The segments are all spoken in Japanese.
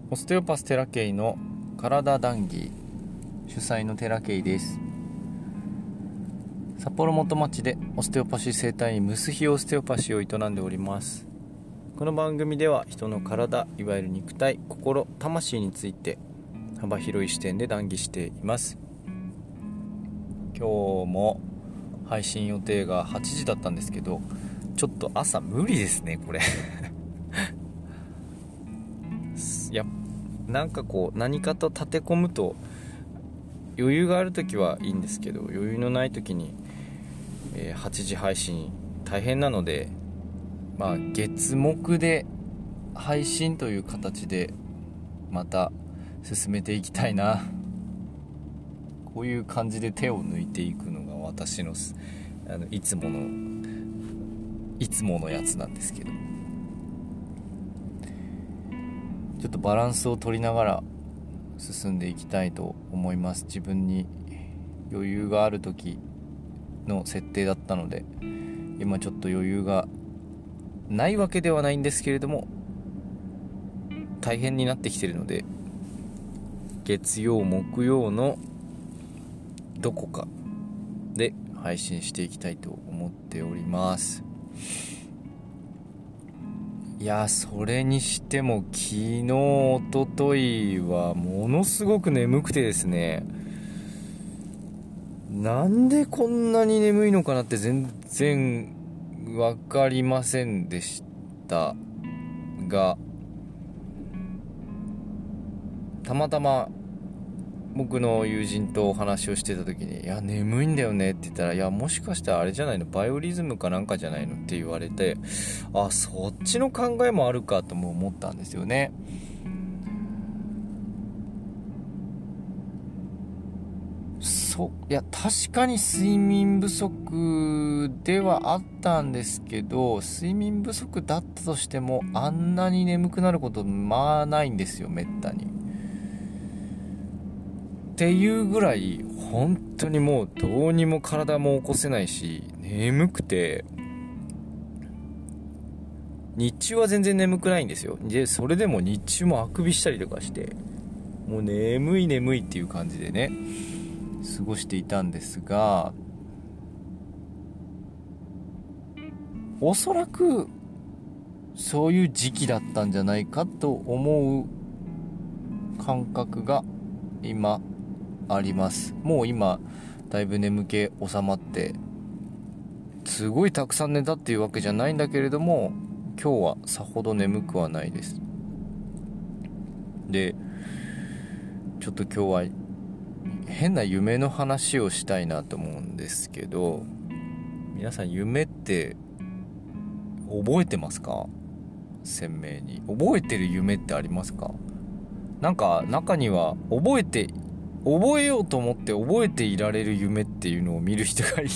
オステオパステラケイの体談義、主催のテラケイです。札幌元町でオステオパシー整体院ムスヒオステオパシーを営んでおります。この番組では人の体、いわゆる肉体、心、魂について幅広い視点で談義しています。今日も配信予定が8時だったんですけど、ちょっと朝無理ですねこれいや、なんかこう何かと立て込むと余裕があるときはいいんですけど、余裕のないときに、8時配信大変なので、月木で配信という形でまた進めていきたいな。こういう感じで手を抜いていくのが私のいつものやつなんですけど、ちょっとバランスを取りながら進んでいきたいと思います。自分に余裕がある時の設定だったので、今ちょっと余裕がないわけではないんですけれども、大変になってきているので、月曜木曜のどこかで配信していきたいと思っております。いや、それにしても昨日一昨日はものすごく眠くてですね、なんでこんなに眠いのかなって全然わかりませんでしたが、たまたま僕の友人とお話をしてた時に、いや眠いんだよねって言ったら、いやもしかしたらあれじゃないの、バイオリズムかなんかじゃないのって言われて、あ、そっちの考えもあるかとも思ったんですよね。いや確かに睡眠不足ではあったんですけど、睡眠不足だったとしてもあんなに眠くなることないんですよ、めったに。っていうぐらい本当にもうどうにも体も起こせないし、眠くて、日中は全然眠くないんですよ。でそれでも日中もあくびしたりとかして、もう眠いっていう感じでね過ごしていたんですが、おそらくそういう時期だったんじゃないかと思う感覚が今あります。もう今だいぶ眠気収まって、すごいたくさん寝たっていうわけじゃないんだけれども、今日はさほど眠くはないです。で、ちょっと今日は変な夢の話をしたいなと思うんですけど、皆さん夢って覚えてますか？鮮明に覚えてる夢ってありますか？なんか中には覚えようと思って覚えていられる夢っていうのを見る人がいる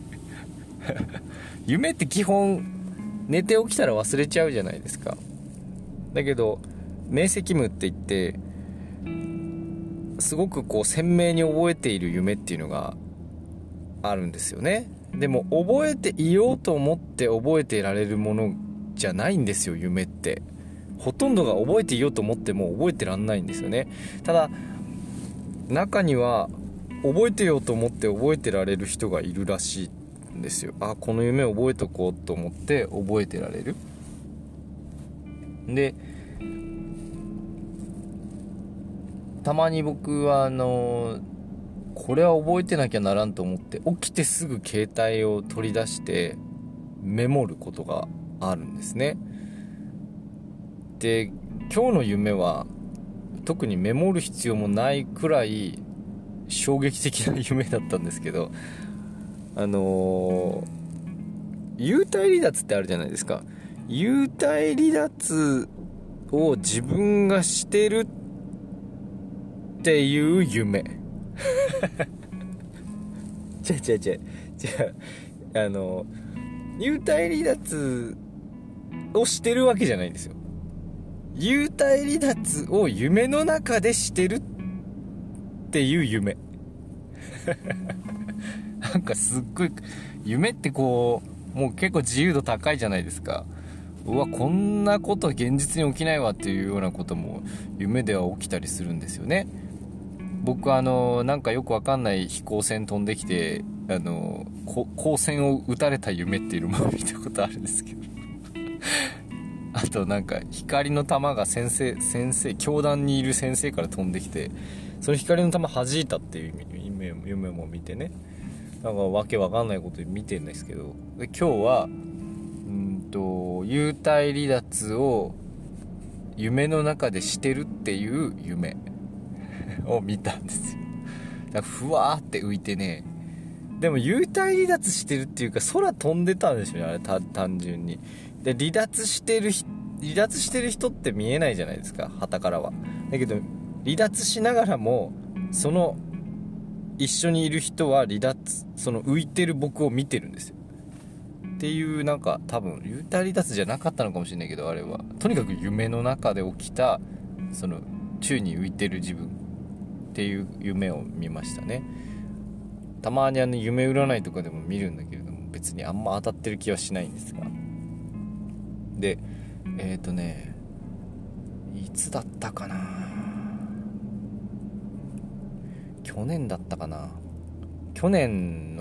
夢って基本寝て起きたら忘れちゃうじゃないですか。だけど明晰夢って言って、すごくこう鮮明に覚えている夢っていうのがあるんですよね。でも覚えていようと思って覚えていられるものじゃないんですよ、夢って。ほとんどが覚えていようと思っても覚えてらんないんですよね。ただ中には覚えてようと思って覚えてられる人がいるらしいんですよ。あ、この夢覚えとこうと思って覚えてられる。で、たまに僕はこれは覚えてなきゃならんと思って起きてすぐ携帯を取り出してメモることがあるんですね。で、今日の夢は特にメモる必要もないくらい衝撃的な夢だったんですけど、幽体離脱ってあるじゃないですか。幽体離脱を自分がしてるっていう夢違う幽体離脱をしてるわけじゃないんですよ。幽体離脱を夢の中でしてるっていう夢なんかすっごい夢ってこうもう結構自由度高いじゃないですか。 うわこんなこと現実に起きないわっていうようなことも夢では起きたりするんですよね。僕なんかよくわかんない飛行船飛んできて光線を撃たれた夢っていうのも見たことあるんですけどあとなんか光の玉が先生教壇にいる先生から飛んできてその光の玉弾いたっていう夢も見てね、なんかわけわかんないこと見てるんですけど、で今日は幽体離脱を夢の中でしてるっていう夢を見たんですよ。だからふわーって浮いてね、でも幽体離脱してるっていうか空飛んでたんでしょうね、あれ単純に。で離脱してる人って見えないじゃないですか、傍からは。だけど離脱しながらもその一緒にいる人はその浮いてる僕を見てるんですよっていう、なんか多分幽体離脱じゃなかったのかもしれないけど、あれはとにかく夢の中で起きたその宙に浮いてる自分っていう夢を見ましたね。たまに夢占いとかでも見るんだけれども別にあんま当たってる気はしないんですが、でいつだったかな、去年だったかな、去年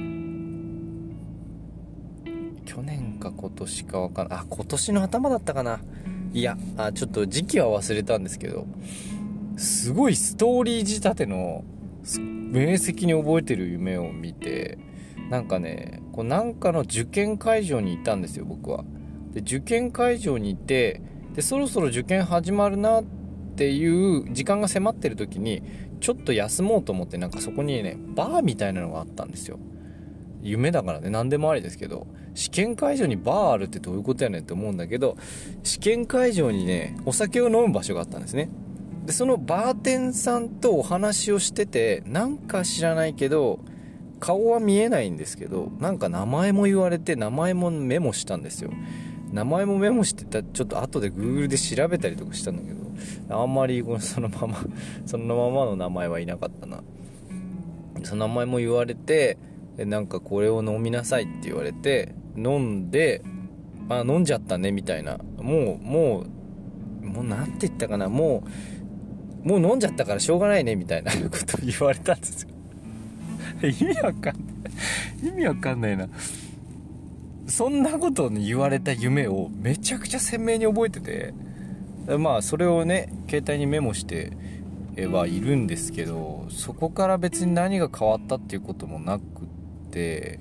か今年かわかんない、今年の頭だったかな、いやちょっと時期は忘れたんですけど、すごいストーリー仕立ての明晰に覚えてる夢を見て、なんかねなんかの受験会場にいたんですよ僕は。で受験会場にいて、でそろそろ受験始まるなっていう時間が迫ってる時にちょっと休もうと思って、なんかそこにねバーみたいなのがあったんですよ。夢だからね何でもありですけど、試験会場にバーあるってどういうことやねんって思うんだけど、試験会場にねお酒を飲む場所があったんですね。でそのバーテンさんとお話をしてて、なんか知らないけど顔は見えないんですけど、なんか名前も言われて名前もメモしたんですよ。名前もメモしてた、ちょっと後で Google で調べたりとかしたんだけど、あんまりそのままの名前はいなかったな。その名前も言われて、なんかこれを飲みなさいって言われて飲んで、飲んじゃったねみたいな、もうなんて言ったかな、もう飲んじゃったからしょうがないねみたいなことを言われたんですよ意味わかんないな。そんなことに言われた夢をめちゃくちゃ鮮明に覚えてて、それをね携帯にメモしてはいるんですけど、そこから別に何が変わったっていうこともなくって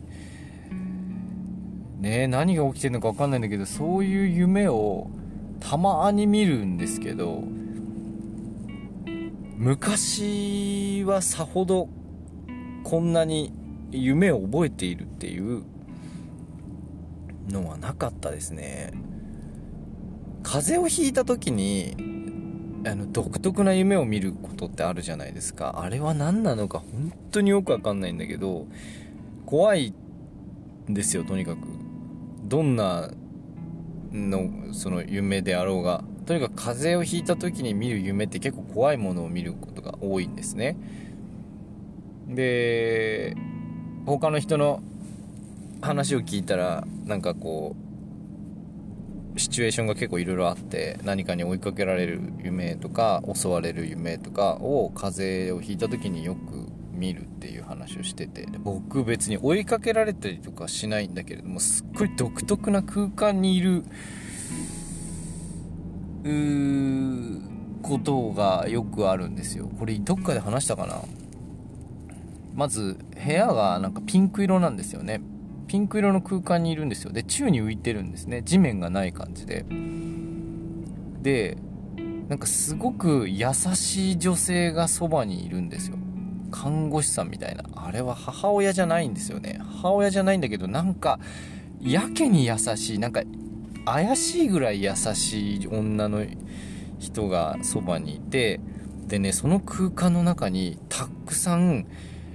ね、何が起きてるのか分かんないんだけど、そういう夢をたまに見るんですけど、昔はさほどこんなに夢を覚えているっていうのはなかったですね。風邪をひいた時に独特な夢を見ることってあるじゃないですか。あれは何なのか本当によく分かんないんだけど、怖いんですよ。とにかくどんなのその夢であろうが、とにかく風邪をひいた時に見る夢って結構怖いものを見ることが多いんですね。で他の人の話を聞いたら、なんかシチュエーションが結構いろいろあって、何かに追いかけられる夢とか襲われる夢とかを風邪をひいた時によく見るっていう話をしてて、僕別に追いかけられたりとかしないんだけれども、すっごい独特な空間にいることがよくあるんですよ。これどっかで話したかな。まず部屋がなんかピンク色なんですよね。ピンク色の空間にいるんですよ。で宙に浮いてるんですね。地面がない感じで。でなんかすごく優しい女性がそばにいるんですよ。看護師さんみたいな。あれは母親じゃないんですよね。母親じゃないんだけど、なんかやけに優しい、なんか怪しいぐらい優しい女の人がそばにいて、でねその空間の中にたくさん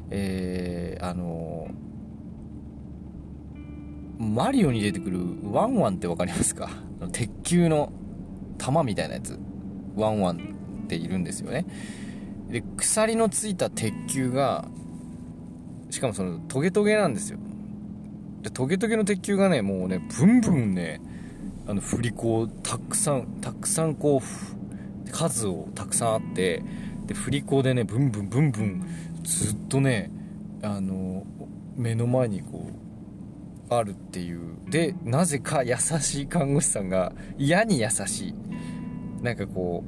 マリオに出てくるワンワンってわかりますか？鉄球の玉みたいなやつ、ワンワンっているんですよね。で鎖のついた鉄球が、しかもそのトゲトゲなんですよ。でトゲトゲの鉄球がねもうねブンブンね振り子をたくさんこう数をたくさんあって、で振り子でねブンブンブンブンずっとね目の前にこうあるっていう。でなぜか優しい看護師さんが、嫌に優しい、なんかこ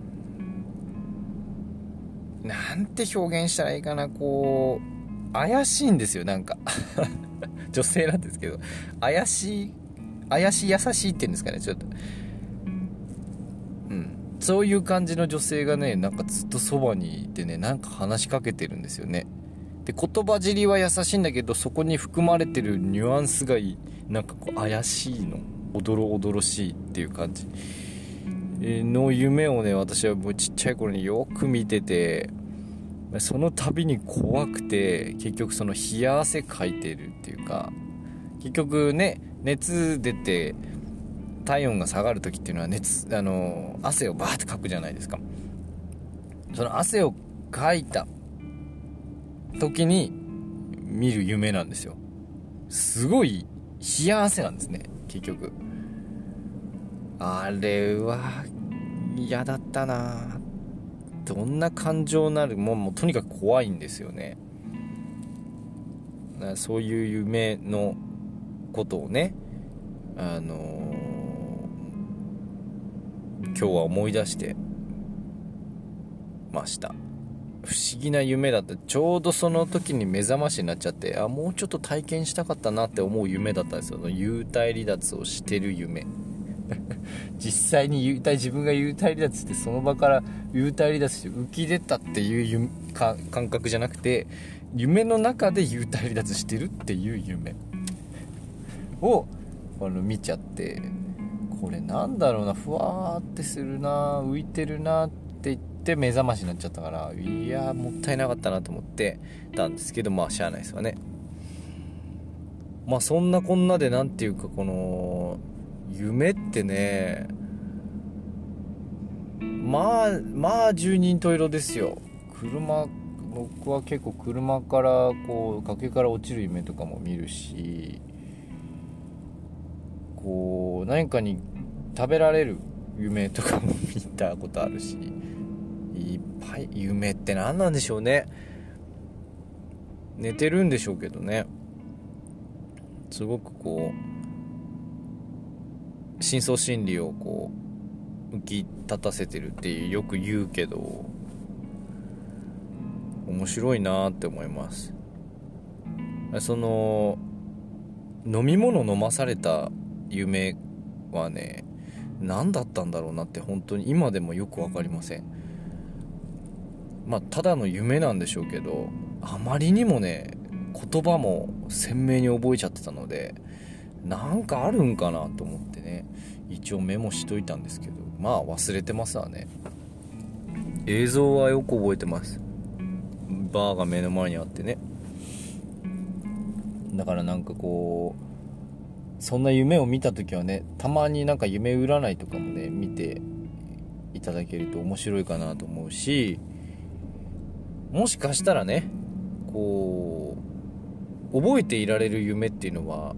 うなんて表現したらいいかな、こう怪しいんですよ、なんか女性なんですけど、怪しい優しいっていうんですかね、ちょっとそういう感じの女性がね、なんかずっとそばにいてね、なんか話しかけてるんですよね。で言葉尻は優しいんだけど、そこに含まれてるニュアンスがなんかこう怪しいの、おどろしいっていう感じの夢をね、私はもうちっちゃい頃によく見てて、その度に怖くて、結局その冷や汗かいてるっていうか、結局ね、熱出て体温が下がる時っていうのは汗をバーってかくじゃないですか。その汗をかいた時に見る夢なんですよ。すごい冷や汗なんですね、結局。あれは嫌だったな。どんな感情になる、もうとにかく怖いんですよね。そういう夢のことをね、今日は思い出してました。不思議な夢だった。ちょうどその時に目覚ましになっちゃって、もうちょっと体験したかったなって思う夢だったんですよ。幽体離脱をしてる夢実際に自分が幽体離脱して、その場から幽体離脱して浮き出たっていう感覚じゃなくて、夢の中で幽体離脱してるっていう夢を見ちゃって、これなんだろうな、ふわーってするな、浮いてるなって言って目覚ましになっちゃったから、いやもったいなかったなと思ってたんですけど、まあしゃあないですわね。まあそんなこんなで、なんていうか、この夢ってね、まあ十人十色ですよ。僕は結構車からこう崖から落ちる夢とかも見るし、こう何かに食べられる夢とかも見たことあるし、いっぱい。夢って何なんでしょうね。寝てるんでしょうけどね、すごくこう深層心理をこう浮き立たせてるってよく言うけど、面白いなって思います。その飲み物飲まされた夢はね、何だったんだろうなって、本当に今でもよく分かりません。まあただの夢なんでしょうけど、あまりにもね、言葉も鮮明に覚えちゃってたので、なんかあるんかなと思ってね、一応メモしといたんですけど、まあ忘れてますわね。映像はよく覚えてます。バーが目の前にあってね。だからなんかこう、そんな夢を見た時はね、たまになんか夢占いとかもね見ていただけると面白いかなと思うし、もしかしたらね、こう覚えていられる夢っていうのは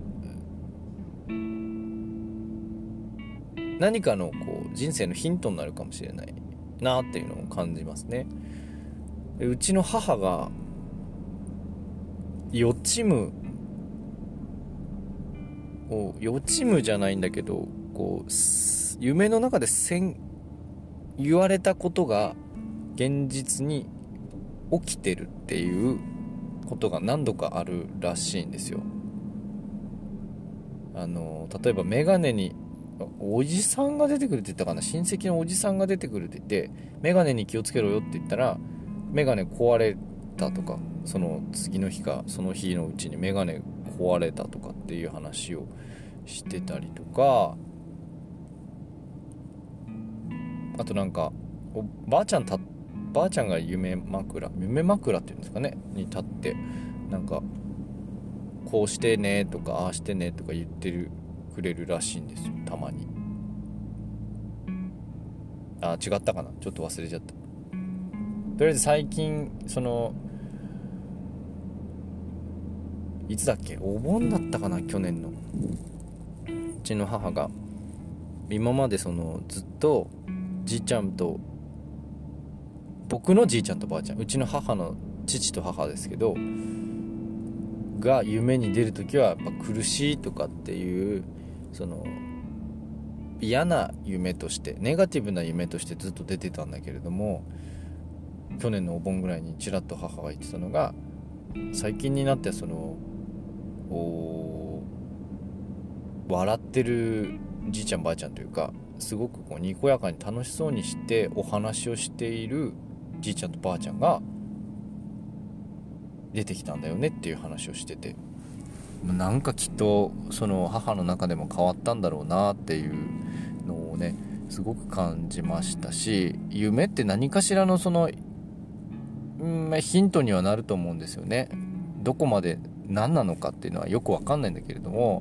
何かのこう人生のヒントになるかもしれないなっていうのを感じますね。うちの母が予知夢じゃないんだけど、こう夢の中で言われたことが現実に起きてるっていうことが何度かあるらしいんですよ。例えばメガネにおじさんが出てくるって言ったかな、親戚のおじさんが出てくるって言って、メガネに気をつけろよって言ったら、メガネ壊れたとか、その次の日かその日のうちにメガネ壊れたとかっていう話をしてたりとか、あとなんかばあちゃんが夢枕っていうんですかねに立って、なんかこうしてねとかああしてねとか言ってくれるらしいんですよ、たまに。違ったかな、ちょっと忘れちゃった。とりあえず最近いつだっけ、お盆だったかな、去年のうちの母が今までずっとじいちゃんと、僕のじいちゃんとばあちゃん、うちの母の父と母ですけどが夢に出るときはやっぱ苦しいとかっていう嫌な夢として、ネガティブな夢としてずっと出てたんだけれども、去年のお盆ぐらいにちらっと母が言ってたのが、最近になって笑ってるじいちゃんばあちゃんというか、すごくにこやかに楽しそうにしてお話をしているじいちゃんとばあちゃんが出てきたんだよねっていう話をしてて、なんかきっと母の中でも変わったんだろうなっていうのをねすごく感じましたし、夢って何かしらのヒントにはなると思うんですよね。どこまで何なのかっていうのはよく分かんないんだけれども、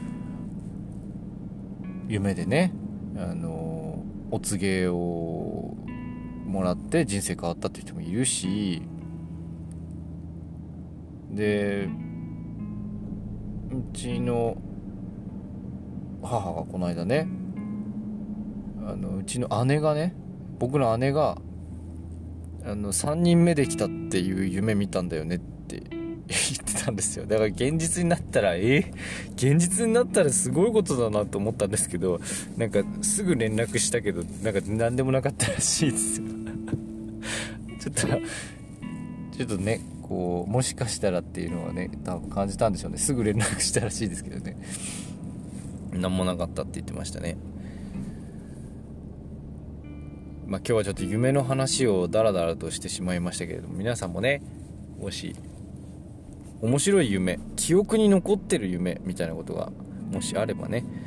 夢でねお告げをもらって人生変わったって人もいるし、でうちの母がこの間ね、うちの姉がね、僕の姉が3人目できたっていう夢見たんだよねって言ってたんですよ。だから現実になったら現実になったらすごいことだなと思ったんですけど、なんかすぐ連絡したけどなんか何でもなかったらしいですよちょっとねもしかしたらっていうのはね多分感じたんでしょうね。すぐ連絡したらしいですけどね、何もなかったって言ってましたね。今日はちょっと夢の話をダラダラとしてしまいましたけれども、皆さんもね、もし面白い夢、記憶に残ってる夢みたいなことがもしあればね、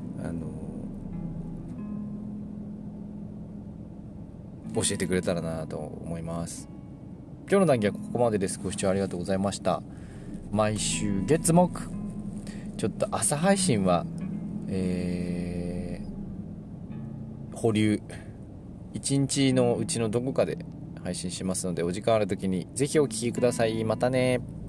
教えてくれたらなと思います。今日の談義はここまでです。ご視聴ありがとうございました。毎週月木ちょっと朝配信は保留、1日のうちのどこかで配信しますので、お時間ある時にぜひお聞きください。またね。